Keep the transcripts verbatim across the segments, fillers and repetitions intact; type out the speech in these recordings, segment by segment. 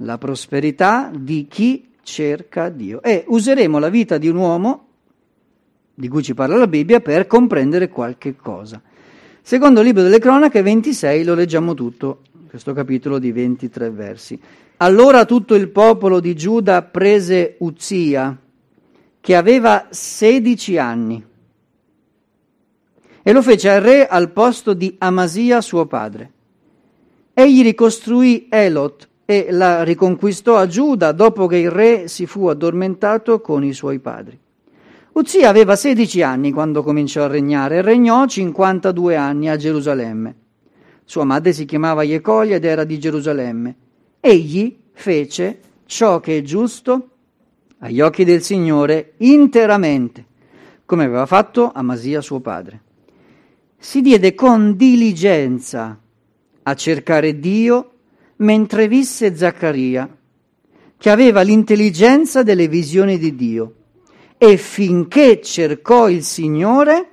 la prosperità di chi cerca Dio. E useremo la vita di un uomo, di cui ci parla la Bibbia, per comprendere qualche cosa. Secondo libro delle Cronache ventisei, lo leggiamo tutto, questo capitolo di ventitré versi. Allora tutto il popolo di Giuda prese Uzia, che aveva sedici anni, e lo fece al re al posto di Amasia suo padre. Egli ricostruì Elot e la riconquistò a Giuda dopo che il re si fu addormentato con i suoi padri. Uzia aveva sedici anni quando cominciò a regnare e regnò cinquantadue anni a Gerusalemme. Sua madre si chiamava Jecolia ed era di Gerusalemme. Egli fece ciò che è giusto agli occhi del Signore interamente, come aveva fatto Amasia suo padre. Si diede con diligenza a cercare Dio mentre visse Zaccaria, che aveva l'intelligenza delle visioni di Dio, e finché cercò il Signore,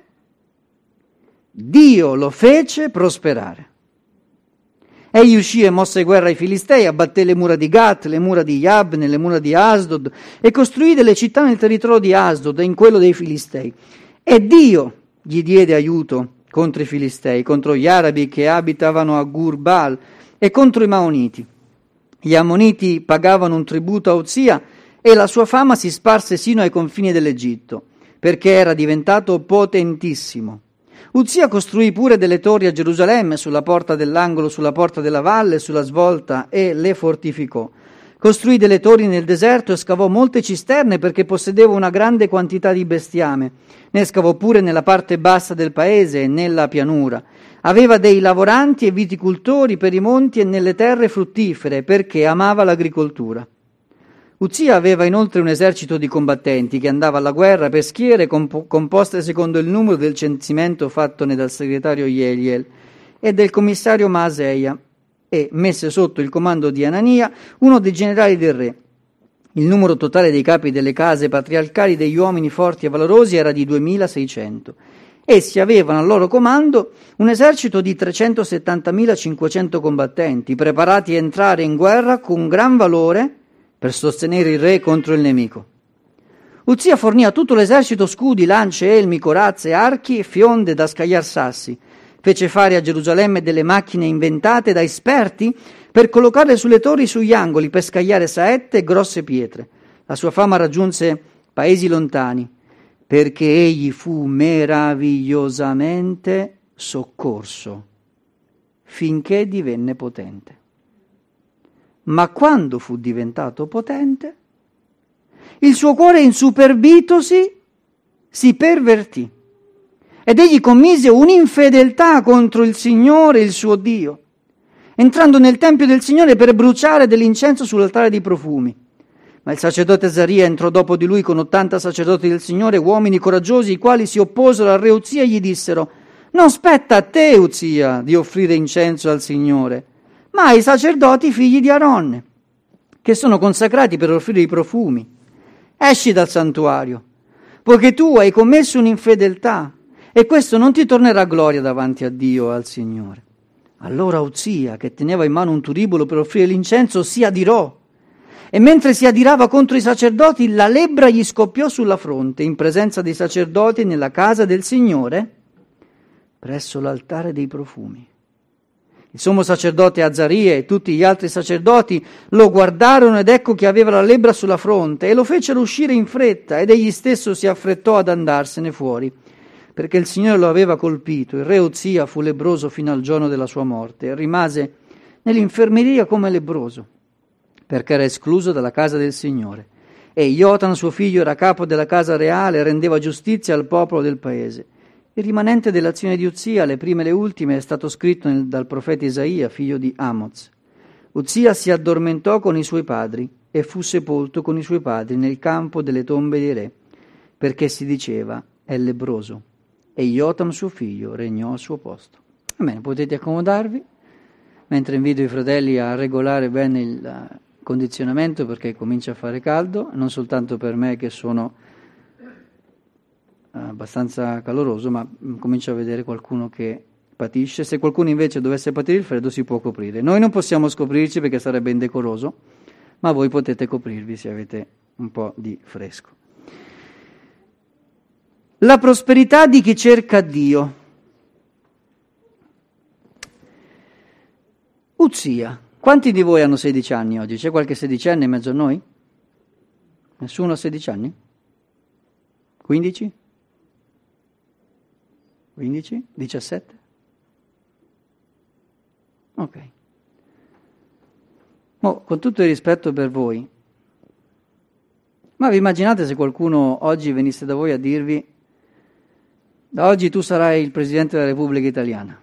Dio lo fece prosperare. Egli uscì e mosse guerra ai Filistei, abbatté le mura di Gat, le mura di Yabne, le mura di Asdod, e costruì delle città nel territorio di Asdod e in quello dei Filistei. E Dio gli diede aiuto contro i Filistei, contro gli arabi che abitavano a Gur-Baal e contro i Maoniti. Gli Ammoniti pagavano un tributo a Uzia e la sua fama si sparse sino ai confini dell'Egitto, perché era diventato potentissimo. Uzia costruì pure delle torri a Gerusalemme, sulla porta dell'angolo, sulla porta della valle, sulla svolta, e le fortificò. Costruì delle torri nel deserto e scavò molte cisterne perché possedeva una grande quantità di bestiame. Ne scavò pure nella parte bassa del paese e nella pianura. Aveva dei lavoranti e viticoltori per i monti e nelle terre fruttifere perché amava l'agricoltura. Uzia aveva inoltre un esercito di combattenti che andava alla guerra per schiere comp- composte secondo il numero del censimento fattone dal segretario Jeliel e del commissario Maaseia, e messe sotto il comando di Anania, uno dei generali del re. Il numero totale dei capi delle case patriarcali degli uomini forti e valorosi era di duemilaseicento. Essi avevano al loro comando un esercito di trecentosettantamilacinquecento combattenti, preparati a entrare in guerra con gran valore per sostenere il re contro il nemico. Uzia fornì a tutto l'esercito scudi, lance, elmi, corazze, archi e fionde da scagliar sassi. Fece fare a Gerusalemme delle macchine inventate da esperti per collocarle sulle torri e sugli angoli, per scagliare saette e grosse pietre. La sua fama raggiunse paesi lontani, perché egli fu meravigliosamente soccorso, finché divenne potente. Ma quando fu diventato potente, il suo cuore insuperbitosi si pervertì ed egli commise un'infedeltà contro il Signore, il suo Dio, entrando nel tempio del Signore per bruciare dell'incenso sull'altare dei profumi. Ma il sacerdote Azaria entrò dopo di lui con ottanta sacerdoti del Signore, uomini coraggiosi, i quali si opposero al re Uzia e gli dissero: «Non spetta a te, Uzia, di offrire incenso al Signore, ma ai sacerdoti figli di Aaron, che sono consacrati per offrire i profumi. Esci dal santuario, poiché tu hai commesso un'infedeltà, e questo non ti tornerà gloria davanti a Dio, al Signore». Allora Uzia, che teneva in mano un turibolo per offrire l'incenso, si adirò, e mentre si adirava contro i sacerdoti, la lebbra gli scoppiò sulla fronte, in presenza dei sacerdoti nella casa del Signore, presso l'altare dei profumi. Il sommo sacerdote Azaria e tutti gli altri sacerdoti lo guardarono ed ecco che aveva la lebbra sulla fronte, e lo fecero uscire in fretta, ed egli stesso si affrettò ad andarsene fuori, perché il Signore lo aveva colpito. Il re Uzia fu lebbroso fino al giorno della sua morte e rimase nell'infermeria come lebbroso, perché era escluso dalla casa del Signore. E Jotam suo figlio era capo della casa reale e rendeva giustizia al popolo del paese. Il rimanente dell'azione di Uzia, le prime e le ultime, è stato scritto nel, dal profeta Isaia, figlio di Amoz. Uzia si addormentò con i suoi padri e fu sepolto con i suoi padri nel campo delle tombe dei re, perché si diceva: è lebbroso. E Jotam suo figlio regnò al suo posto. Va bene, potete accomodarvi, mentre invito i fratelli a regolare bene il condizionamento, perché comincia a fare caldo, non soltanto per me che sono abbastanza caloroso, ma comincio a vedere qualcuno che patisce. Se qualcuno invece dovesse patire il freddo si può coprire. Noi non possiamo scoprirci perché sarebbe indecoroso, ma voi potete coprirvi se avete un po' di fresco. La prosperità di chi cerca Dio. Uzia. Quanti di voi hanno sedici anni oggi? C'è qualche sedicenne in mezzo a noi? Nessuno ha sedici anni? quindici? quindici? diciassette? Ok. Oh, con tutto il rispetto per voi, ma vi immaginate se qualcuno oggi venisse da voi a dirvi: da oggi tu sarai il Presidente della Repubblica Italiana?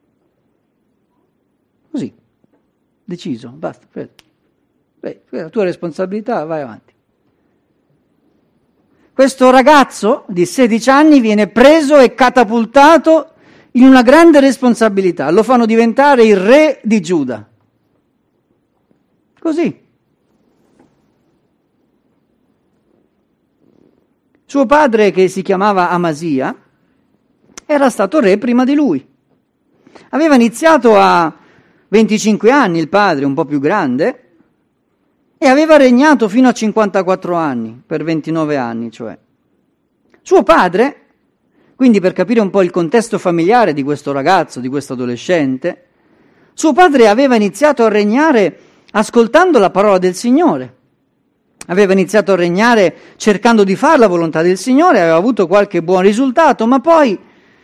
Così, deciso, basta, beh, la tua responsabilità, vai avanti. Questo ragazzo di sedici anni viene preso e catapultato in una grande responsabilità, lo fanno diventare il re di Giuda. Così. Suo padre, che si chiamava Amasia, era stato re prima di lui. Aveva iniziato a venticinque anni, il padre un po' più grande, e aveva regnato fino a cinquantaquattro anni, per ventinove anni cioè. Suo padre, quindi per capire un po' il contesto familiare di questo ragazzo, di questo adolescente, suo padre aveva iniziato a regnare ascoltando la parola del Signore. Aveva iniziato a regnare cercando di fare la volontà del Signore, aveva avuto qualche buon risultato, ma poi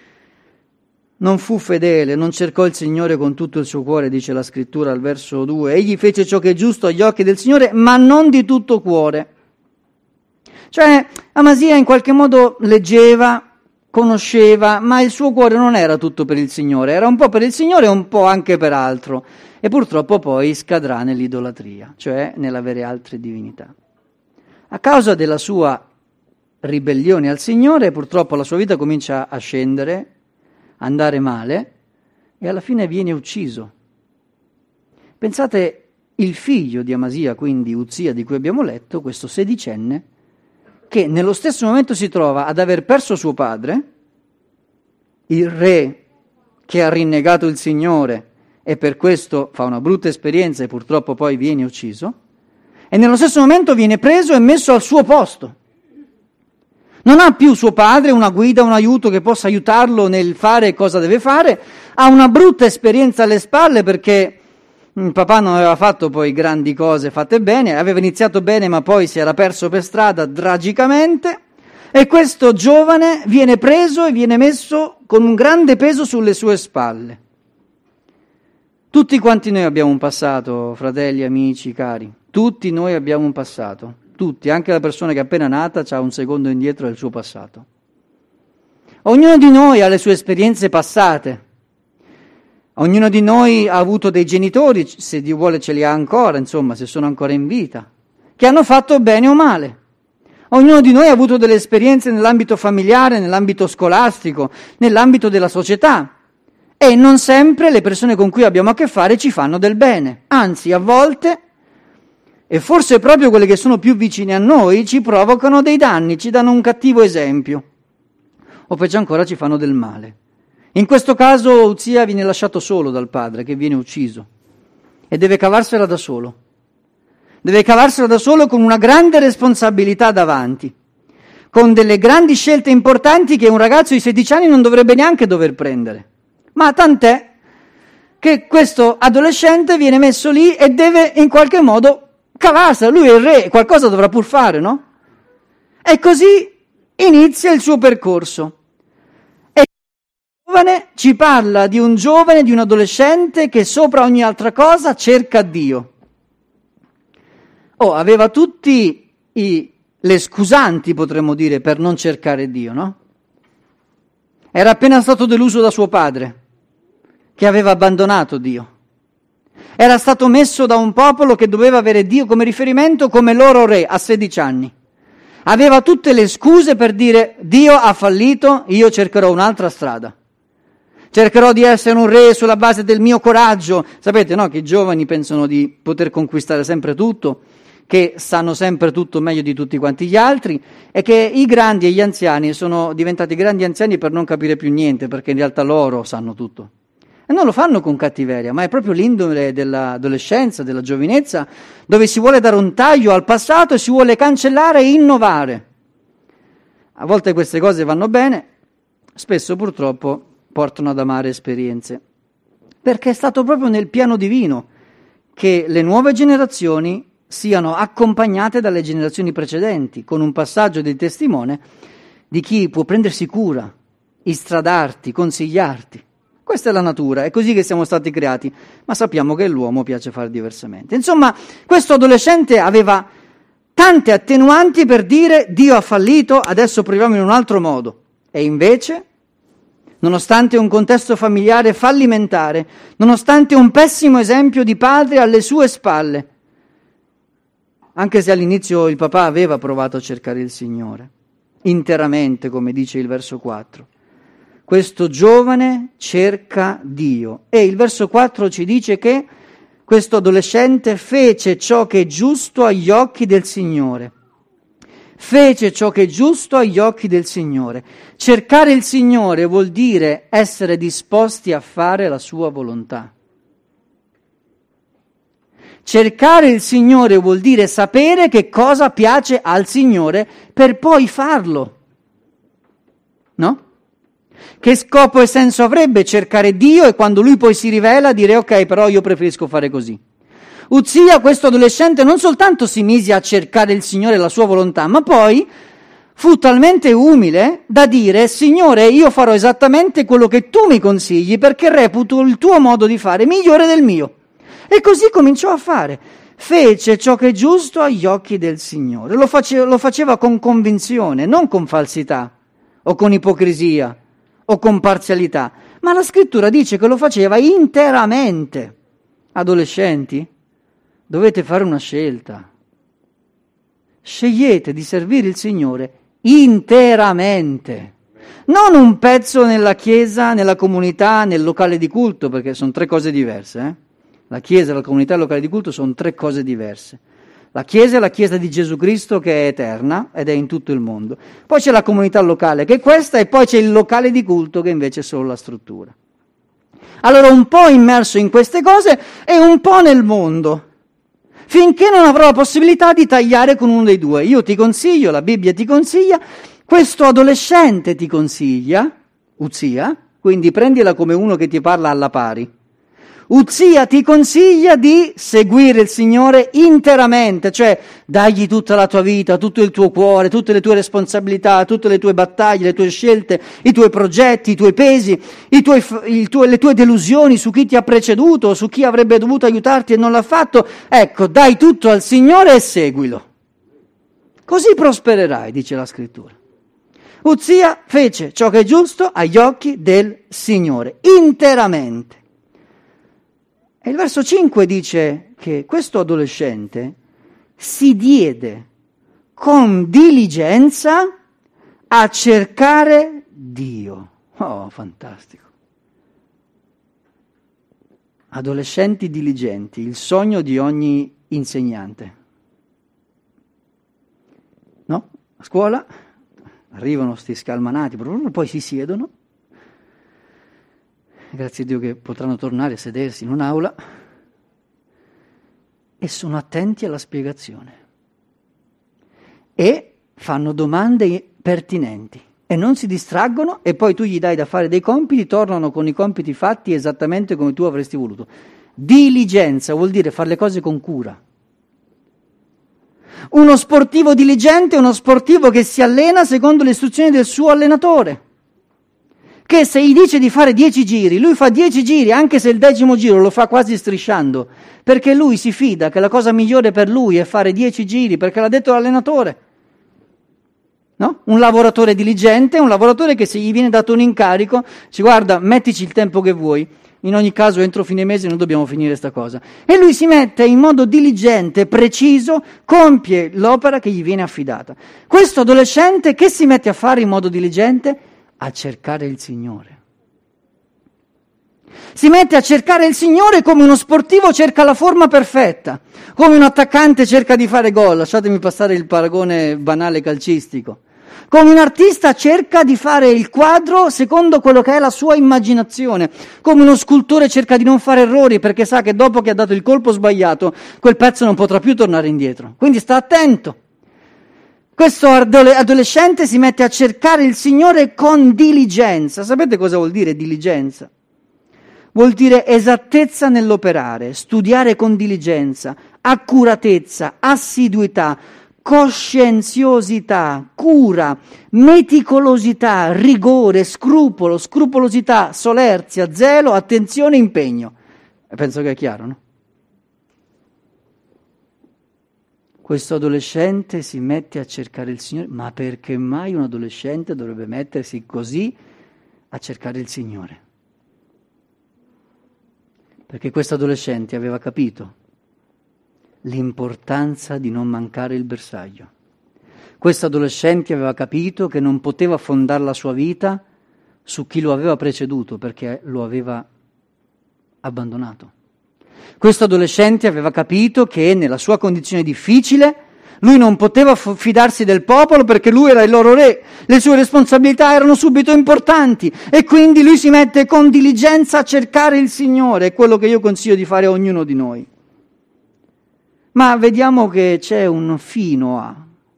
non fu fedele, non cercò il Signore con tutto il suo cuore, dice la scrittura al verso due. Egli fece ciò che è giusto agli occhi del Signore, ma non di tutto cuore. Cioè, Amasia in qualche modo leggeva, conosceva, ma il suo cuore non era tutto per il Signore, era un po' per il Signore e un po' anche per altro. E purtroppo poi scadrà nell'idolatria, cioè nell'avere altre divinità. A causa della sua ribellione al Signore, purtroppo la sua vita comincia a scendere, andare male, e alla fine viene ucciso. Pensate, il figlio di Amasia, quindi Uzia, di cui abbiamo letto, questo sedicenne, che nello stesso momento si trova ad aver perso suo padre, il re che ha rinnegato il Signore e per questo fa una brutta esperienza e purtroppo poi viene ucciso, e nello stesso momento viene preso e messo al suo posto. Non ha più suo padre, una guida, un aiuto che possa aiutarlo nel fare cosa deve fare, ha una brutta esperienza alle spalle perché il papà non aveva fatto poi grandi cose fatte bene, aveva iniziato bene ma poi si era perso per strada tragicamente, e questo giovane viene preso e viene messo con un grande peso sulle sue spalle. Tutti quanti noi abbiamo un passato, fratelli, amici, cari, tutti noi abbiamo un passato. Tutti, anche la persona che è appena nata ha un secondo indietro del suo passato. Ognuno di noi ha le sue esperienze passate. Ognuno di noi ha avuto dei genitori, se Dio vuole ce li ha ancora, insomma, se sono ancora in vita, che hanno fatto bene o male. Ognuno di noi ha avuto delle esperienze nell'ambito familiare, nell'ambito scolastico, nell'ambito della società. E non sempre le persone con cui abbiamo a che fare ci fanno del bene. Anzi, a volte, e forse proprio quelle che sono più vicine a noi, ci provocano dei danni, ci danno un cattivo esempio. O peggio ancora ci fanno del male. In questo caso Uzia viene lasciato solo dal padre, che viene ucciso, e deve cavarsela da solo. Deve cavarsela da solo con una grande responsabilità davanti, con delle grandi scelte importanti che un ragazzo di sedici anni non dovrebbe neanche dover prendere. Ma tant'è che questo adolescente viene messo lì e deve in qualche modo cavarsela, lui è il re, qualcosa dovrà pur fare, no? E così inizia il suo percorso. E il giovane ci parla di un giovane, di un adolescente che sopra ogni altra cosa cerca Dio. Oh, aveva tutti i, le scusanti, potremmo dire, per non cercare Dio, no? Era appena stato deluso da suo padre, che aveva abbandonato Dio. Era stato messo da un popolo che doveva avere Dio come riferimento, come loro re, a sedici anni. Aveva tutte le scuse per dire: Dio ha fallito, io cercherò un'altra strada. Cercherò di essere un re sulla base del mio coraggio. Sapete, no? Che i giovani pensano di poter conquistare sempre tutto, che sanno sempre tutto meglio di tutti quanti gli altri, e che i grandi e gli anziani sono diventati grandi anziani per non capire più niente, perché in realtà loro sanno tutto. E non lo fanno con cattiveria, ma è proprio l'indole dell'adolescenza, della giovinezza, dove si vuole dare un taglio al passato e si vuole cancellare e innovare. A volte queste cose vanno bene, spesso purtroppo portano ad amare esperienze, perché è stato proprio nel piano divino che le nuove generazioni siano accompagnate dalle generazioni precedenti, con un passaggio di testimone di chi può prendersi cura, istradarti, consigliarti. Questa è la natura, è così che siamo stati creati, ma sappiamo che l'uomo piace fare diversamente. Insomma, questo adolescente aveva tante attenuanti per dire Dio ha fallito, adesso proviamo in un altro modo. E invece, nonostante un contesto familiare fallimentare, nonostante un pessimo esempio di padre alle sue spalle, anche se all'inizio il papà aveva provato a cercare il Signore, interamente, come dice il verso quattro. Questo giovane cerca Dio. E il verso quattro ci dice che questo adolescente fece ciò che è giusto agli occhi del Signore. Fece ciò che è giusto agli occhi del Signore. Cercare il Signore vuol dire essere disposti a fare la sua volontà. Cercare il Signore vuol dire sapere che cosa piace al Signore per poi farlo. No? Che scopo e senso avrebbe cercare Dio e quando Lui poi si rivela dire ok, però io preferisco fare così. Uzia, questo adolescente, non soltanto si mise a cercare il Signore e la sua volontà, ma poi fu talmente umile da dire Signore, io farò esattamente quello che tu mi consigli perché reputo il tuo modo di fare migliore del mio. E così cominciò a fare. Fece ciò che è giusto agli occhi del Signore. Lo faceva, lo faceva con convinzione, non con falsità o con ipocrisia o con parzialità, ma la scrittura dice che lo faceva interamente. Adolescenti, dovete fare una scelta. Scegliete di servire il Signore interamente, non un pezzo nella chiesa, nella comunità, nel locale di culto, perché sono tre cose diverse. Eh? La chiesa, la comunità e il locale di culto sono tre cose diverse. La Chiesa è la Chiesa di Gesù Cristo che è eterna ed è in tutto il mondo. Poi c'è la comunità locale che è questa e poi c'è il locale di culto che invece è solo la struttura. Allora un po' immerso in queste cose e un po' nel mondo, finché non avrò la possibilità di tagliare con uno dei due. Io ti consiglio, la Bibbia ti consiglia, questo adolescente ti consiglia, Uzia, quindi prendila come uno che ti parla alla pari. Uzia ti consiglia di seguire il Signore interamente, cioè dagli tutta la tua vita, tutto il tuo cuore, tutte le tue responsabilità, tutte le tue battaglie, le tue scelte, i tuoi progetti, i tuoi pesi, i tuoi, il tuo, le tue delusioni su chi ti ha preceduto, su chi avrebbe dovuto aiutarti e non l'ha fatto. Ecco, dai tutto al Signore e seguilo. Così prospererai, dice la Scrittura. Uzia fece ciò che è giusto agli occhi del Signore, interamente. E il verso cinque dice che questo adolescente si diede con diligenza a cercare Dio. Oh, fantastico. Adolescenti diligenti, il sogno di ogni insegnante. No? A scuola arrivano sti scalmanati, poi si siedono. Grazie a Dio che potranno tornare a sedersi in un'aula e sono attenti alla spiegazione e fanno domande pertinenti e non si distraggono e poi tu gli dai da fare dei compiti, tornano con i compiti fatti esattamente come tu avresti voluto. Diligenza vuol dire fare le cose con cura. Uno sportivo diligente è uno sportivo che si allena secondo le istruzioni del suo allenatore, che se gli dice di fare dieci giri, lui fa dieci giri, anche se il decimo giro lo fa quasi strisciando, perché lui si fida che la cosa migliore per lui è fare dieci giri, perché l'ha detto l'allenatore. No? Un lavoratore diligente è un lavoratore che se gli viene dato un incarico, ci guarda, mettici il tempo che vuoi, in ogni caso entro fine mese non dobbiamo finire sta cosa. E lui si mette in modo diligente, preciso, compie l'opera che gli viene affidata. Questo adolescente che si mette a fare in modo diligente? A cercare il Signore. Si mette a cercare il Signore come uno sportivo cerca la forma perfetta, come un attaccante cerca di fare gol, lasciatemi passare il paragone banale calcistico. Come un artista cerca di fare il quadro secondo quello che è la sua immaginazione. Come uno scultore cerca di non fare errori perché sa che dopo che ha dato il colpo sbagliato, quel pezzo non potrà più tornare indietro. Quindi sta attento. Questo adolescente si mette a cercare il Signore con diligenza. Sapete cosa vuol dire diligenza? Vuol dire esattezza nell'operare, studiare con diligenza, accuratezza, assiduità, coscienziosità, cura, meticolosità, rigore, scrupolo, scrupolosità, solerzia, zelo, attenzione, impegno. Penso che è chiaro, no? Questo adolescente si mette a cercare il Signore, ma perché mai un adolescente dovrebbe mettersi così a cercare il Signore? Perché questo adolescente aveva capito l'importanza di non mancare il bersaglio. Questo adolescente aveva capito che non poteva fondare la sua vita su chi lo aveva preceduto, perché lo aveva abbandonato. Questo adolescente aveva capito che nella sua condizione difficile lui non poteva fidarsi del popolo perché lui era il loro re, le sue responsabilità erano subito importanti e quindi lui si mette con diligenza a cercare il Signore, è quello che io consiglio di fare a ognuno di noi. Ma vediamo che c'è un fino a,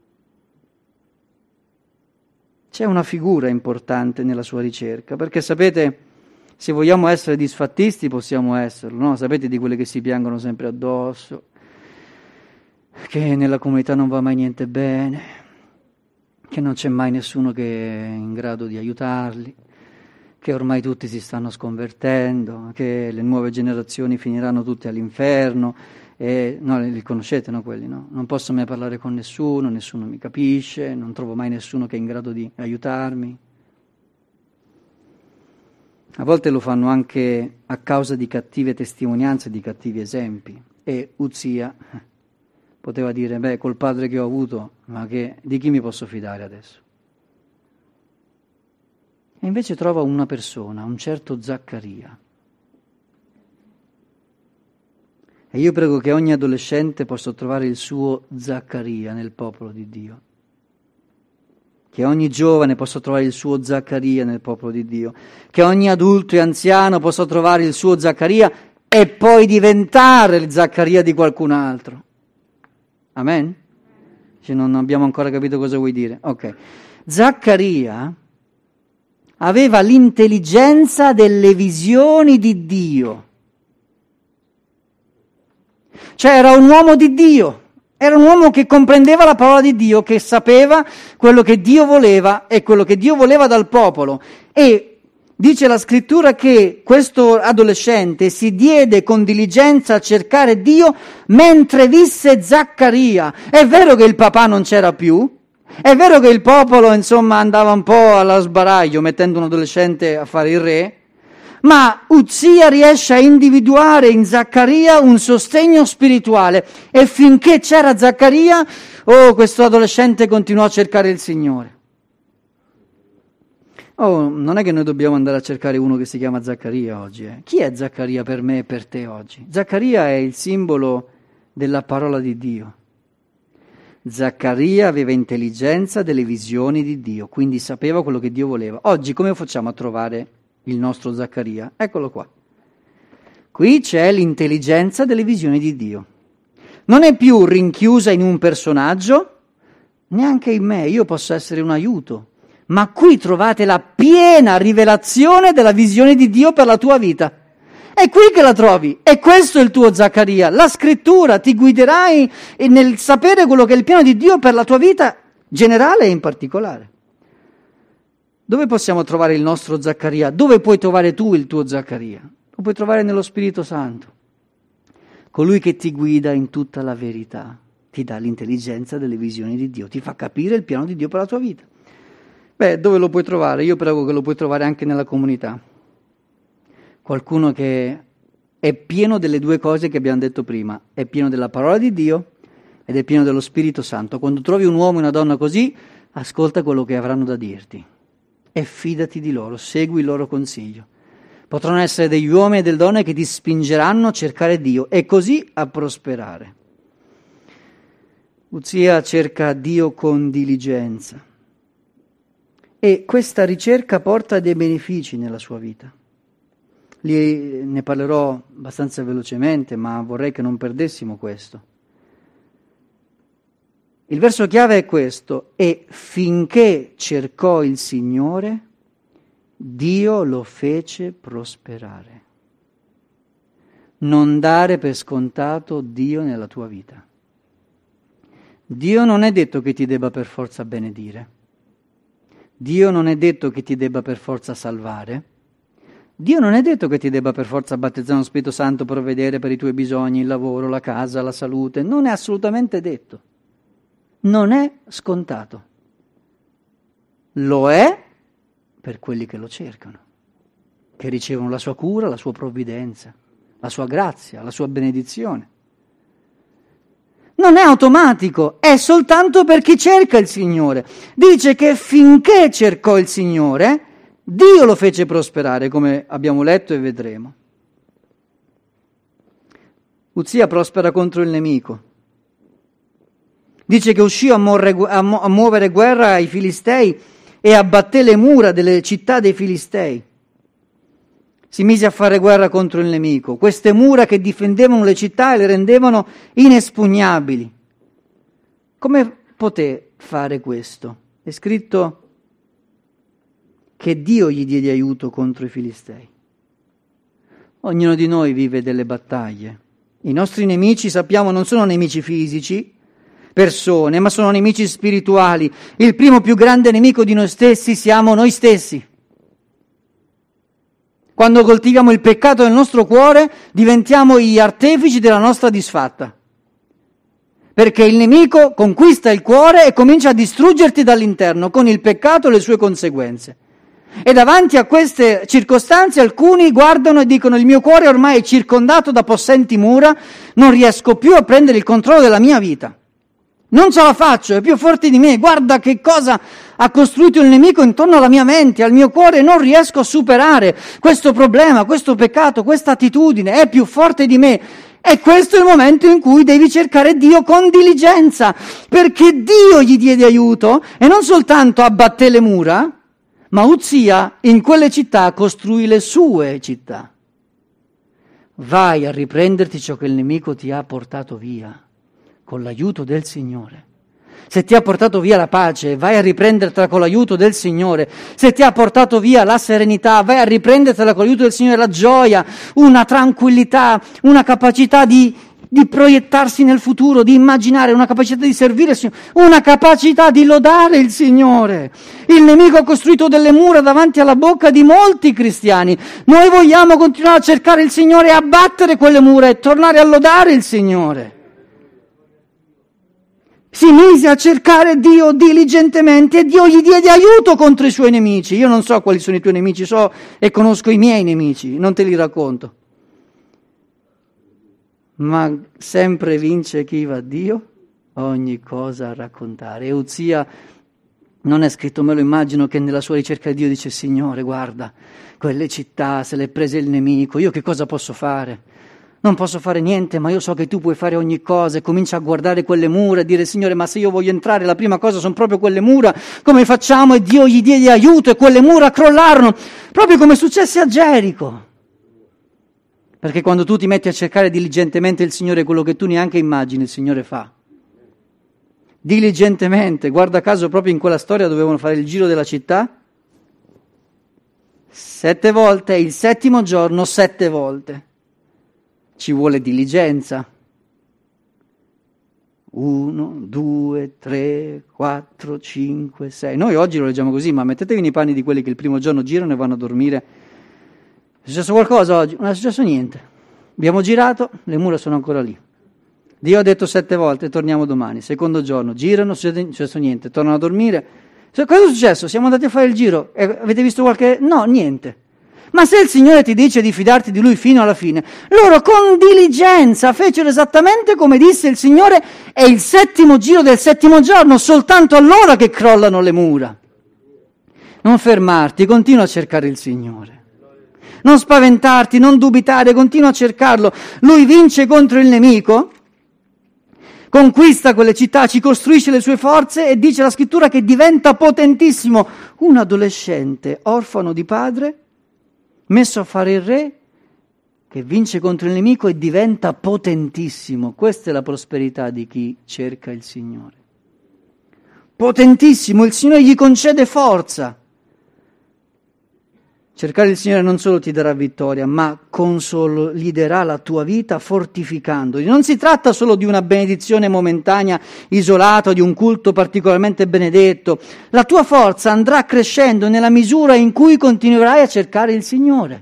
c'è una figura importante nella sua ricerca, perché sapete, se vogliamo essere disfattisti possiamo esserlo, no? Sapete di quelle che si piangono sempre addosso, che nella comunità non va mai niente bene, che non c'è mai nessuno che è in grado di aiutarli, che ormai tutti si stanno sconvertendo, che le nuove generazioni finiranno tutte all'inferno, e no, li conoscete, no, quelli, no? Non posso mai parlare con nessuno, nessuno mi capisce, non trovo mai nessuno che è in grado di aiutarmi. A volte lo fanno anche a causa di cattive testimonianze, di cattivi esempi. E Uzia poteva dire, beh, col padre che ho avuto, ma che, di chi mi posso fidare adesso? E invece trova una persona, un certo Zaccaria. E io prego che ogni adolescente possa trovare il suo Zaccaria nel popolo di Dio. Che ogni giovane possa trovare il suo Zaccaria nel popolo di Dio. Che ogni adulto e anziano possa trovare il suo Zaccaria e poi diventare il Zaccaria di qualcun altro. Amen? Cioè, non abbiamo ancora capito cosa vuoi dire. Ok. Zaccaria aveva l'intelligenza delle visioni di Dio. Cioè era un uomo di Dio, era un uomo che comprendeva la parola di Dio, che sapeva quello che Dio voleva e quello che Dio voleva dal popolo. E dice la scrittura che questo adolescente si diede con diligenza a cercare Dio mentre visse Zaccaria. È vero che il papà non c'era più, è vero che il popolo insomma andava un po' allo sbaraglio mettendo un adolescente a fare il re, ma Uzia riesce a individuare in Zaccaria un sostegno spirituale e finché c'era Zaccaria, oh, questo adolescente continuò a cercare il Signore. Oh, non è che noi dobbiamo andare a cercare uno che si chiama Zaccaria oggi. Eh. Chi è Zaccaria per me e per te oggi? Zaccaria è il simbolo della parola di Dio. Zaccaria aveva intelligenza delle visioni di Dio, quindi sapeva quello che Dio voleva. Oggi come facciamo a trovare il nostro Zaccaria? Eccolo qua. Qui c'è l'intelligenza delle visioni di Dio. Non è più rinchiusa in un personaggio, neanche in me, io posso essere un aiuto, ma qui trovate la piena rivelazione della visione di Dio per la tua vita. È qui che la trovi, e questo è il tuo Zaccaria. La scrittura ti guiderai nel sapere quello che è il piano di Dio per la tua vita generale e in particolare. Dove possiamo trovare il nostro Zaccaria? Dove puoi trovare tu il tuo Zaccaria? Lo puoi trovare nello Spirito Santo. Colui che ti guida in tutta la verità, ti dà l'intelligenza delle visioni di Dio, ti fa capire il piano di Dio per la tua vita. Beh, dove lo puoi trovare? Io prego che lo puoi trovare anche nella comunità. Qualcuno che è pieno delle due cose che abbiamo detto prima, è pieno della parola di Dio ed è pieno dello Spirito Santo. Quando trovi un uomo e una donna così, ascolta quello che avranno da dirti. E fidati di loro, segui il loro consiglio. Potranno essere degli uomini e delle donne che ti spingeranno a cercare Dio e così a prosperare. Uzia cerca Dio con diligenza. e questa ricerca porta dei benefici nella sua vita. Li, ne parlerò abbastanza velocemente, ma vorrei che non perdessimo questo. Il verso chiave è questo: e finché cercò il Signore, Dio lo fece prosperare. Non dare per scontato Dio nella tua vita. Dio non è detto che ti debba per forza benedire. Dio non è detto che ti debba per forza salvare. Dio non è detto che ti debba per forza battezzare lo Spirito Santo, provvedere per i tuoi bisogni, il lavoro, la casa, la salute. Non è assolutamente detto. Non è scontato. Lo è per quelli che lo cercano, che ricevono la sua cura, la sua provvidenza, la sua grazia, la sua benedizione. Non è automatico, è soltanto per chi cerca il Signore. Dice che finché cercò il Signore, Dio lo fece prosperare, come abbiamo letto e vedremo. Uzia prospera contro il nemico. Dice che uscì a, morre, a, mu- a muovere guerra ai Filistei e abbatté le mura delle città dei Filistei. Si mise a fare guerra contro il nemico. Queste mura che difendevano le città e le rendevano inespugnabili. Come poté fare questo? È scritto che Dio gli diede aiuto contro i Filistei. Ognuno di noi vive delle battaglie. I nostri nemici, sappiamo, non sono nemici fisici, persone, ma sono nemici spirituali. Il primo più grande nemico di noi stessi siamo noi stessi. Quando coltiviamo il peccato nel nostro cuore, diventiamo gli artefici della nostra disfatta. Perché il nemico conquista il cuore e comincia a distruggerti dall'interno con il peccato e le sue conseguenze. E davanti a queste circostanze alcuni guardano e dicono: il mio cuore ormai è circondato da possenti mura, non riesco più a prendere il controllo della mia vita. Non ce la faccio, è più forte di me, guarda che cosa ha costruito il nemico intorno alla mia mente, al mio cuore, non riesco a superare questo problema, questo peccato, questa attitudine, è più forte di me. E questo è il momento in cui devi cercare Dio con diligenza, perché Dio gli diede aiuto e non soltanto abbatté le mura, ma Uzia in quelle città costruì le sue città. Vai a riprenderti ciò che il nemico ti ha portato via, con l'aiuto del Signore. Se ti ha portato via la pace, vai a riprendertela con l'aiuto del Signore. Se ti ha portato via la serenità, vai a riprendertela con l'aiuto del Signore, la gioia, una tranquillità, una capacità di, di proiettarsi nel futuro, di immaginare, una capacità di servire il Signore, una capacità di lodare il Signore. Il nemico ha costruito delle mura davanti alla bocca di molti cristiani. Noi vogliamo continuare a cercare il Signore e abbattere quelle mura e tornare a lodare il Signore. Si mise a cercare Dio diligentemente e Dio gli diede aiuto contro i suoi nemici. Io non so quali sono i tuoi nemici, so e conosco i miei nemici, non te li racconto. Ma sempre vince chi va a Dio, ogni cosa a raccontare. E Uzia non è scritto, me lo immagino, che nella sua ricerca di Dio dice: Signore, guarda, quelle città se le è prese il nemico, io che cosa posso fare? Non posso fare niente, ma io so che tu puoi fare ogni cosa. E comincia a guardare quelle mura e dire: Signore, ma se io voglio entrare, la prima cosa sono proprio quelle mura, come facciamo? E Dio gli diede aiuto e quelle mura crollarono, proprio come successe a Gerico. Perché quando tu ti metti a cercare diligentemente il Signore, quello che tu neanche immagini, il Signore fa. Diligentemente, guarda caso proprio in quella storia dovevano fare il giro della città, sette volte, il settimo giorno sette volte. Ci vuole diligenza. Uno, due, tre, quattro, cinque, sei. Noi oggi lo leggiamo così, ma mettetevi nei panni di quelli che il primo giorno girano e vanno a dormire. È successo qualcosa oggi? Non è successo niente. Abbiamo girato, le mura sono ancora lì. Dio ha detto sette volte, torniamo domani. Secondo giorno, girano, non è successo niente. Tornano a dormire. Cosa è successo? Siamo andati a fare il giro. E avete visto qualche... No, niente. Ma se il Signore ti dice di fidarti di Lui fino alla fine, loro con diligenza fecero esattamente come disse il Signore, è il settimo giro del settimo giorno, soltanto allora che crollano le mura. Non fermarti, continua a cercare il Signore. Non spaventarti, non dubitare, continua a cercarlo. Lui vince contro il nemico conquista quelle città, ci costruisce le sue forze e dice la scrittura che diventa potentissimo. Un adolescente orfano di padre, messo a fare il re, che vince contro il nemico e diventa potentissimo. Questa è la prosperità di chi cerca il Signore. Potentissimo, il Signore gli concede forza. Cercare il Signore non solo ti darà vittoria, ma consoliderà la tua vita fortificandoti. Non si tratta solo di una benedizione momentanea, isolata, di un culto particolarmente benedetto. La tua forza andrà crescendo nella misura in cui continuerai a cercare il Signore.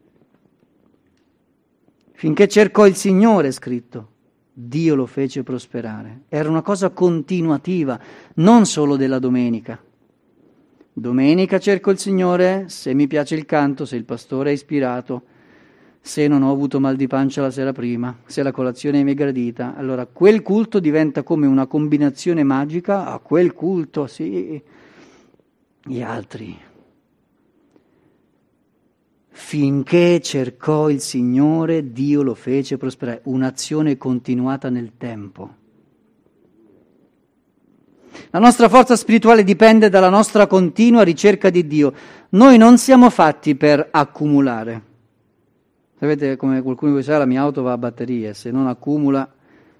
Finché cercò il Signore, è scritto, Dio lo fece prosperare. Era una cosa continuativa, non solo della domenica. Domenica cerco il Signore, se mi piace il canto, se il pastore è ispirato, se non ho avuto mal di pancia la sera prima, se la colazione mi è gradita, allora quel culto diventa come una combinazione magica, a quel culto, sì, gli altri. Finché cercò il Signore, Dio lo fece prosperare, un'azione continuata nel tempo. La nostra forza spirituale dipende dalla nostra continua ricerca di Dio. Noi non siamo fatti per accumulare. Sapete, come qualcuno di voi sa, la mia auto va a batterie, se non accumula,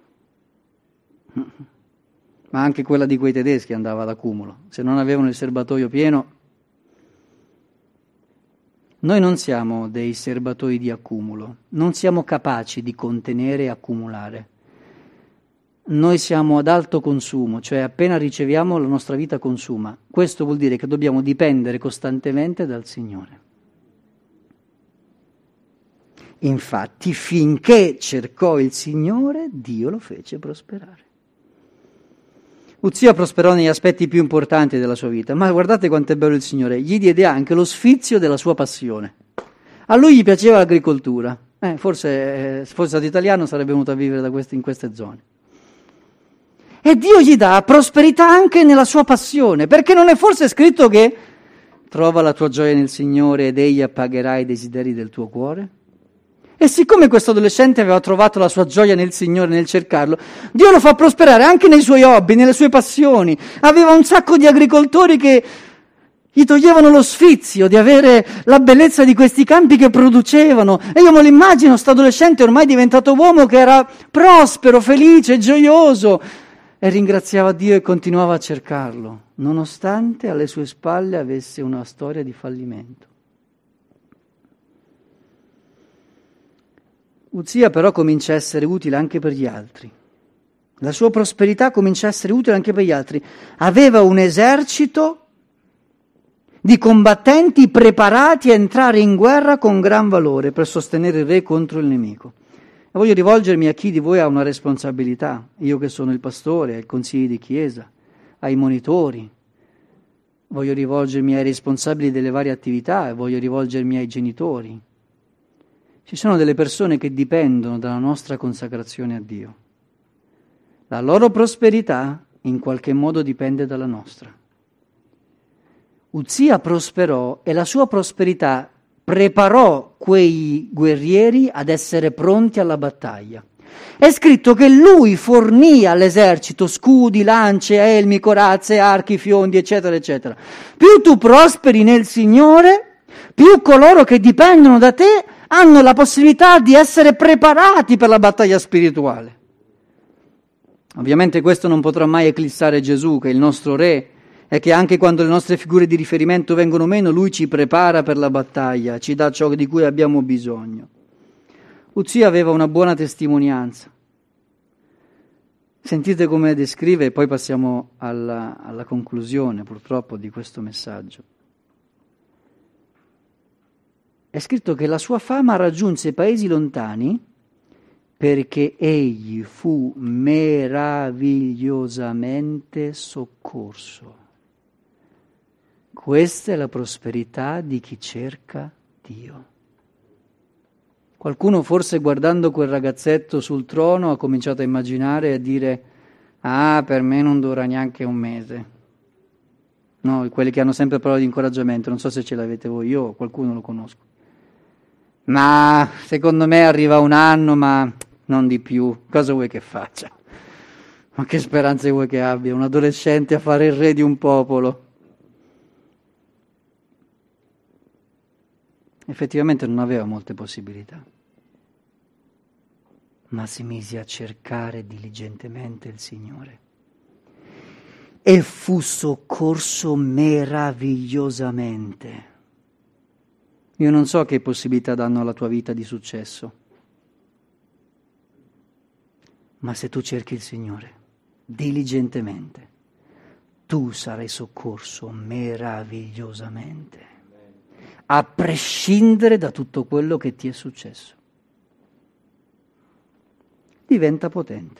ma anche quella di quei tedeschi andava ad accumulo. Se non avevano il serbatoio pieno, noi non siamo dei serbatoi di accumulo, non siamo capaci di contenere e accumulare. Noi siamo ad alto consumo, cioè appena riceviamo la nostra vita consuma. Questo vuol dire che dobbiamo dipendere costantemente dal Signore. Infatti, finché cercò il Signore, Dio lo fece prosperare. Uzia prosperò negli aspetti più importanti della sua vita, ma guardate quanto è bello il Signore, gli diede anche lo sfizio della sua passione. A lui gli piaceva l'agricoltura, eh, forse eh, se fosse stato italiano sarebbe venuto a vivere da queste, in queste zone. E Dio gli dà prosperità anche nella sua passione, perché non è forse scritto che trova la tua gioia nel Signore ed egli appagherà i desideri del tuo cuore? E siccome questo adolescente aveva trovato la sua gioia nel Signore, nel cercarlo, Dio lo fa prosperare anche nei suoi hobby, nelle sue passioni. Aveva un sacco di agricoltori che gli toglievano lo sfizio di avere la bellezza di questi campi che producevano. E io me lo immagino, sto adolescente ormai diventato uomo che era prospero, felice, gioioso. E ringraziava Dio e continuava a cercarlo, nonostante alle sue spalle avesse una storia di fallimento. Uzia però comincia a essere utile anche per gli altri. La sua prosperità comincia a essere utile anche per gli altri. Aveva un esercito di combattenti preparati a entrare in guerra con gran valore per sostenere il re contro il nemico. E voglio rivolgermi a chi di voi ha una responsabilità, io che sono il pastore, ai consigli di chiesa, ai monitori. Voglio rivolgermi ai responsabili delle varie attività e voglio rivolgermi ai genitori. Ci sono delle persone che dipendono dalla nostra consacrazione a Dio. La loro prosperità in qualche modo dipende dalla nostra. Uzia prosperò e la sua prosperità preparò quei guerrieri ad essere pronti alla battaglia. È scritto che lui fornì all'esercito scudi, lance, elmi, corazze, archi, fiondi, eccetera, eccetera. Più tu prosperi nel Signore, più coloro che dipendono da te hanno la possibilità di essere preparati per la battaglia spirituale. Ovviamente questo non potrà mai eclissare Gesù, che è il nostro Re, e che anche quando le nostre figure di riferimento vengono meno, Lui ci prepara per la battaglia, ci dà ciò di cui abbiamo bisogno. Uzia aveva una buona testimonianza. Sentite come descrive, e poi passiamo alla, alla conclusione, purtroppo, di questo messaggio. È scritto che la sua fama raggiunse paesi lontani perché egli fu meravigliosamente soccorso. Questa è la prosperità di chi cerca Dio. Qualcuno forse guardando quel ragazzetto sul trono ha cominciato a immaginare e a dire: ah, per me non dura neanche un mese. No, quelli che hanno sempre parole di incoraggiamento, non so se ce l'avete voi, io qualcuno lo conosco. Ma secondo me arriva un anno, ma non di più, cosa vuoi che faccia? Ma che speranze vuoi che abbia un adolescente a fare il re di un popolo? Effettivamente non aveva molte possibilità, ma si mise a cercare diligentemente il Signore e fu soccorso meravigliosamente. Io non so che possibilità danno alla tua vita di successo, ma se tu cerchi il Signore diligentemente, tu sarai soccorso meravigliosamente, a prescindere da tutto quello che ti è successo. Diventa potente,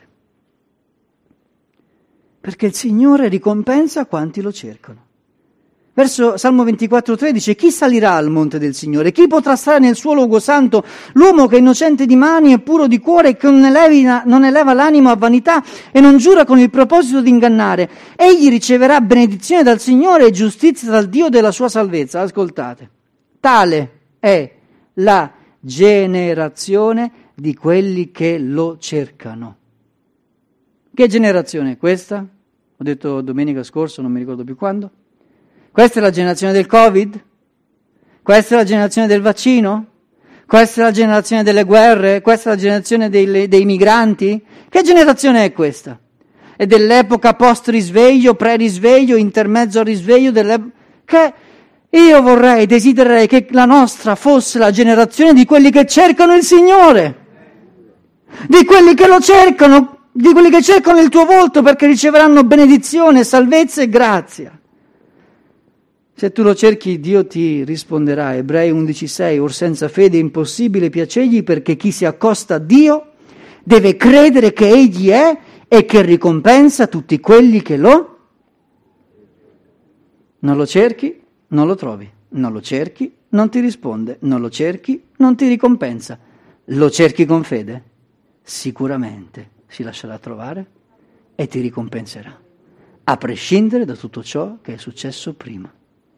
perché il Signore ricompensa quanti lo cercano. Verso Salmo ventiquattro tre dice: chi salirà al monte del Signore? Chi potrà stare nel suo luogo santo? L'uomo che è innocente di mani e puro di cuore, che non eleva, non eleva l'animo a vanità e non giura con il proposito di ingannare. Egli riceverà benedizione dal Signore e giustizia dal Dio della sua salvezza. Ascoltate, tale è la generazione di quelli che lo cercano. Che generazione è questa? Ho detto domenica scorsa, non mi ricordo più quando. Questa è la generazione del Covid? Questa è la generazione del vaccino? Questa è la generazione delle guerre? Questa è la generazione dei, dei migranti? Che generazione è questa? È dell'epoca post-risveglio, pre-risveglio, intermezzo al risveglio? Che io vorrei, desidererei che la nostra fosse la generazione di quelli che cercano il Signore, di quelli che lo cercano, di quelli che cercano il tuo volto perché riceveranno benedizione, salvezza e grazia. Se tu lo cerchi, Dio ti risponderà. Ebrei undici sei, or senza fede è impossibile piacergli, perché chi si accosta a Dio deve credere che Egli è e che ricompensa tutti quelli che lo... Non lo cerchi, non lo trovi. Non lo cerchi, non ti risponde. Non lo cerchi, non ti ricompensa. Lo cerchi con fede? Sicuramente si lascerà trovare e ti ricompenserà, a prescindere da tutto ciò che è successo prima.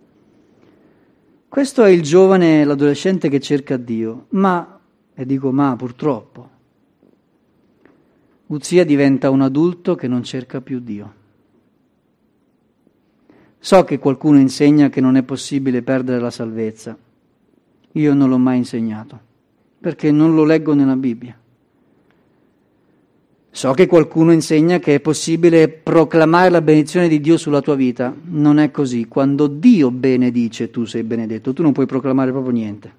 Questo è il giovane, l'adolescente che cerca Dio, ma, e dico ma purtroppo, Uzia diventa un adulto che non cerca più Dio. So che qualcuno insegna che non è possibile perdere la salvezza. Io non l'ho mai insegnato, perché non lo leggo nella Bibbia. So che qualcuno insegna che è possibile proclamare la benedizione di Dio sulla tua vita. Non è così. Quando Dio benedice, tu sei benedetto. Tu non puoi proclamare proprio niente.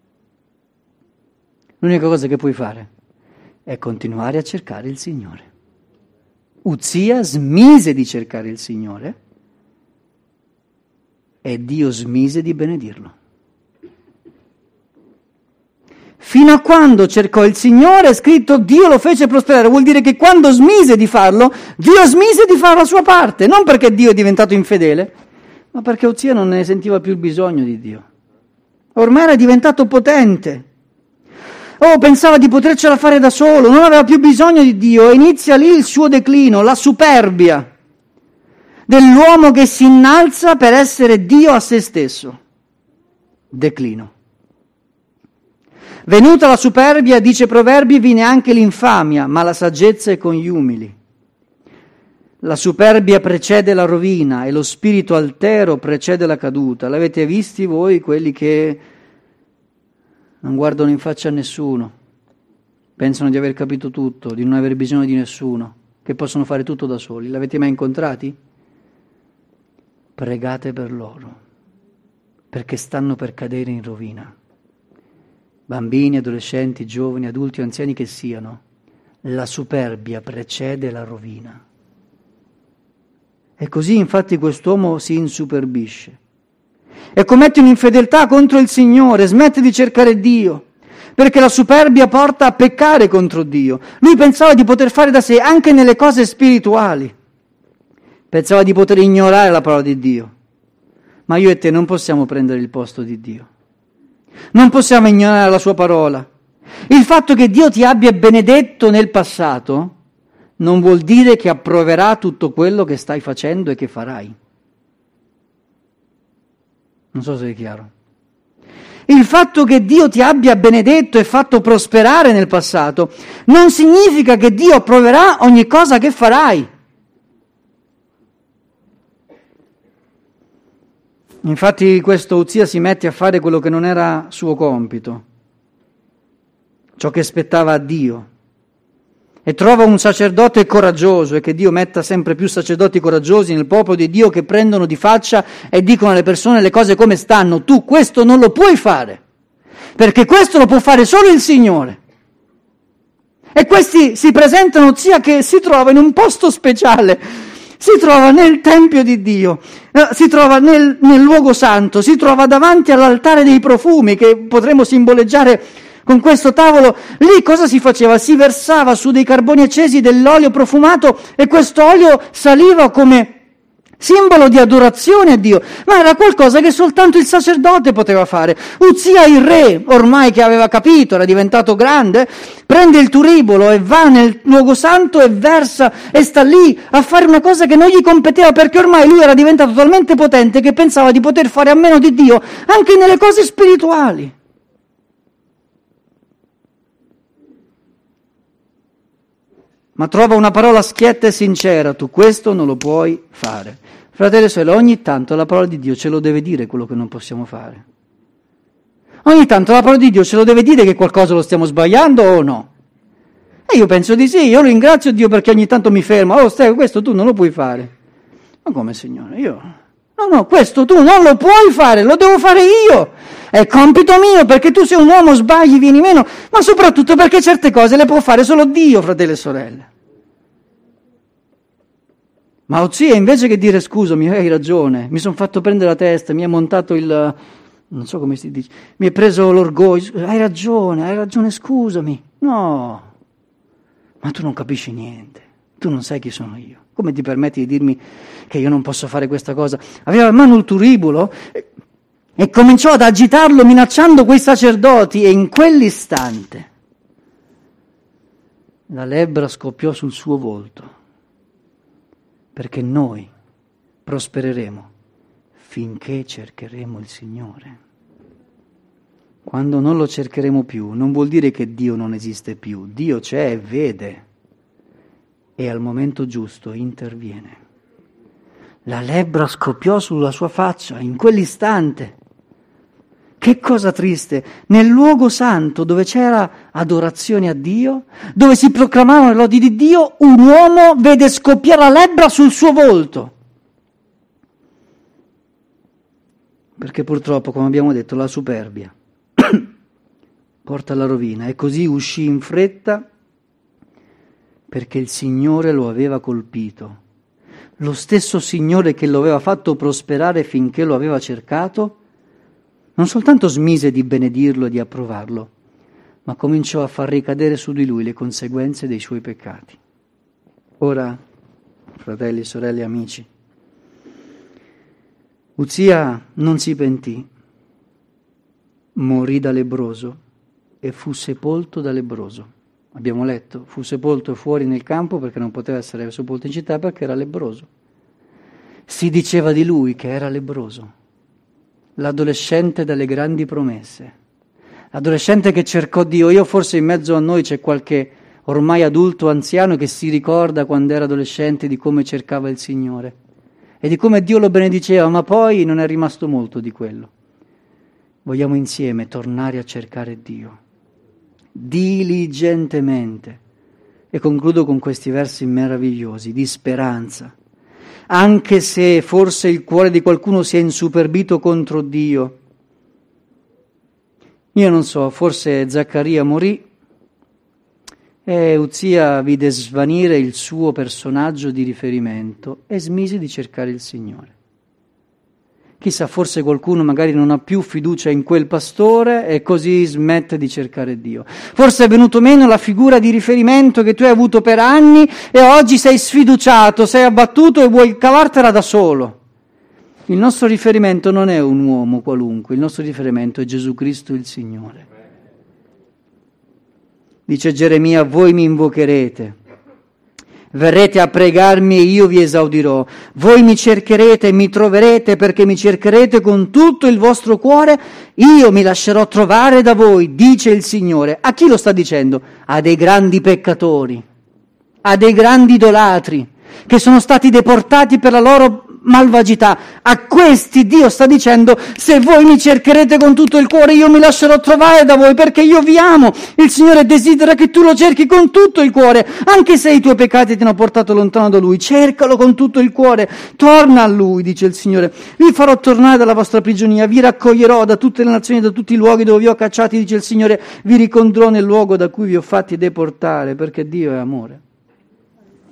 L'unica cosa che puoi fare è continuare a cercare il Signore. Uzia smise di cercare il Signore e Dio smise di benedirlo. Fino a quando cercò il Signore, è scritto, Dio lo fece prosperare. Vuol dire che quando smise di farlo, Dio smise di fare la sua parte. Non perché Dio è diventato infedele, ma perché Uzia non ne sentiva più il bisogno di Dio. Ormai era diventato potente. Oh, pensava di potercela fare da solo, non aveva più bisogno di Dio. E inizia lì il suo declino, la superbia dell'uomo che si innalza per essere Dio a se stesso. Declino. Venuta la superbia, dice Proverbi, viene anche l'infamia, ma la saggezza è con gli umili. La superbia precede la rovina e lo spirito altero precede la caduta. L'avete visti voi, quelli che non guardano in faccia a nessuno, pensano di aver capito tutto, di non aver bisogno di nessuno, che possono fare tutto da soli? L'avete mai incontrati? Pregate per loro, perché stanno per cadere in rovina. Bambini, adolescenti, giovani, adulti o anziani che siano, la superbia precede la rovina. E così infatti quest'uomo si insuperbisce e commette un'infedeltà contro il Signore, smette di cercare Dio, perché la superbia porta a peccare contro Dio. Lui pensava di poter fare da sé anche nelle cose spirituali, pensava di poter ignorare la parola di Dio, ma io e te non possiamo prendere il posto di Dio. Non possiamo ignorare la sua parola. Il fatto che Dio ti abbia benedetto nel passato non vuol dire che approverà tutto quello che stai facendo e che farai. Non so se è chiaro. Il fatto che Dio ti abbia benedetto e fatto prosperare nel passato non significa che Dio approverà ogni cosa che farai. Infatti questo Uzia si mette a fare quello che non era suo compito, ciò che spettava a Dio, e trova un sacerdote coraggioso, e che Dio metta sempre più sacerdoti coraggiosi nel popolo di Dio, che prendono di faccia e dicono alle persone le cose come stanno. Tu questo non lo puoi fare, perché questo lo può fare solo il Signore. E questi si presentano Uzia, che si trova in un posto speciale, si trova nel Tempio di Dio, eh, si trova nel, nel luogo santo, si trova davanti all'altare dei profumi, che potremmo simboleggiare con questo tavolo. Lì cosa si faceva? Si versava su dei carboni accesi dell'olio profumato, e questo olio saliva come simbolo di adorazione a Dio, ma era qualcosa che soltanto il sacerdote poteva fare. Uzia, il re, ormai che aveva capito, era diventato grande, prende il turibolo e va nel luogo santo e versa, e sta lì a fare una cosa che non gli competeva, perché ormai lui era diventato talmente potente che pensava di poter fare a meno di Dio anche nelle cose spirituali. Ma trova una parola schietta e sincera: tu questo non lo puoi fare. Fratelli e sorelle, ogni tanto la parola di Dio ce lo deve dire quello che non possiamo fare. Ogni tanto la parola di Dio ce lo deve dire che qualcosa lo stiamo sbagliando o no. E io penso di sì, io ringrazio Dio perché ogni tanto mi ferma: oh Stefano, questo tu non lo puoi fare. Ma come, Signore? Io... No, no, questo tu non lo puoi fare, lo devo fare io. È compito mio, perché tu sei un uomo, sbagli, vieni meno, ma soprattutto perché certe cose le può fare solo Dio, fratelli e sorelle. Ma Uzia, invece che dire scusami, hai ragione, mi sono fatto prendere la testa, mi è montato il, non so come si dice, mi è preso l'orgoglio, hai ragione, hai ragione, scusami. No, ma tu non capisci niente, tu non sai chi sono io. Come ti permetti di dirmi che io non posso fare questa cosa? Aveva in mano il turibolo e, e cominciò ad agitarlo minacciando quei sacerdoti, e in quell'istante la lebbra scoppiò sul suo volto, perché noi prospereremo finché cercheremo il Signore. Quando non lo cercheremo più, non vuol dire che Dio non esiste più. Dio c'è e vede, e al momento giusto interviene. La lebbra scoppiò sulla sua faccia in quell'istante. Che cosa triste! Nel luogo santo, dove c'era adorazione a Dio, dove si proclamavano le lodi di Dio, un uomo vede scoppiare la lebbra sul suo volto. Perché purtroppo, come abbiamo detto, la superbia porta alla rovina, e così uscì in fretta perché il Signore lo aveva colpito. Lo stesso Signore che lo aveva fatto prosperare finché lo aveva cercato, non soltanto smise di benedirlo e di approvarlo, ma cominciò a far ricadere su di lui le conseguenze dei suoi peccati. Ora, fratelli, sorelle, amici, Uzia non si pentì, morì da lebbroso e fu sepolto da lebbroso. Abbiamo letto, fu sepolto fuori nel campo perché non poteva essere sepolto in città perché era lebbroso. Si diceva di lui che era lebbroso, l'adolescente dalle grandi promesse, l'adolescente che cercò Dio. Io forse in mezzo a noi c'è qualche ormai adulto anziano che si ricorda quando era adolescente di come cercava il Signore e di come Dio lo benediceva, ma poi non è rimasto molto di quello. Vogliamo insieme tornare a cercare Dio diligentemente. E concludo con questi versi meravigliosi di speranza. Anche se forse il cuore di qualcuno si è insuperbito contro Dio, io non so, forse Zaccaria morì e Uzia vide svanire il suo personaggio di riferimento e smise di cercare il Signore. Chissà, forse qualcuno magari non ha più fiducia in quel pastore e così smette di cercare Dio. Forse è venuto meno la figura di riferimento che tu hai avuto per anni e oggi sei sfiduciato, sei abbattuto e vuoi cavartela da solo. Il nostro riferimento non è un uomo qualunque, il nostro riferimento è Gesù Cristo il Signore. Dice Geremia: voi mi invocherete, verrete a pregarmi e io vi esaudirò. Voi mi cercherete e mi troverete, perché mi cercherete con tutto il vostro cuore. Io mi lascerò trovare da voi, dice il Signore. A chi lo sta dicendo? A dei grandi peccatori, a dei grandi idolatri, che sono stati deportati per la loro malvagità. A questi Dio sta dicendo: se voi mi cercherete con tutto il cuore, io mi lascerò trovare da voi, perché io vi amo. Il Signore desidera che tu lo cerchi con tutto il cuore, anche se i tuoi peccati ti hanno portato lontano da Lui. Cercalo con tutto il cuore, torna a Lui, dice il Signore. Vi farò tornare dalla vostra prigionia, vi raccoglierò da tutte le nazioni, da tutti i luoghi dove vi ho cacciati, dice il Signore, vi ricondurrò nel luogo da cui vi ho fatti deportare, perché Dio è amore.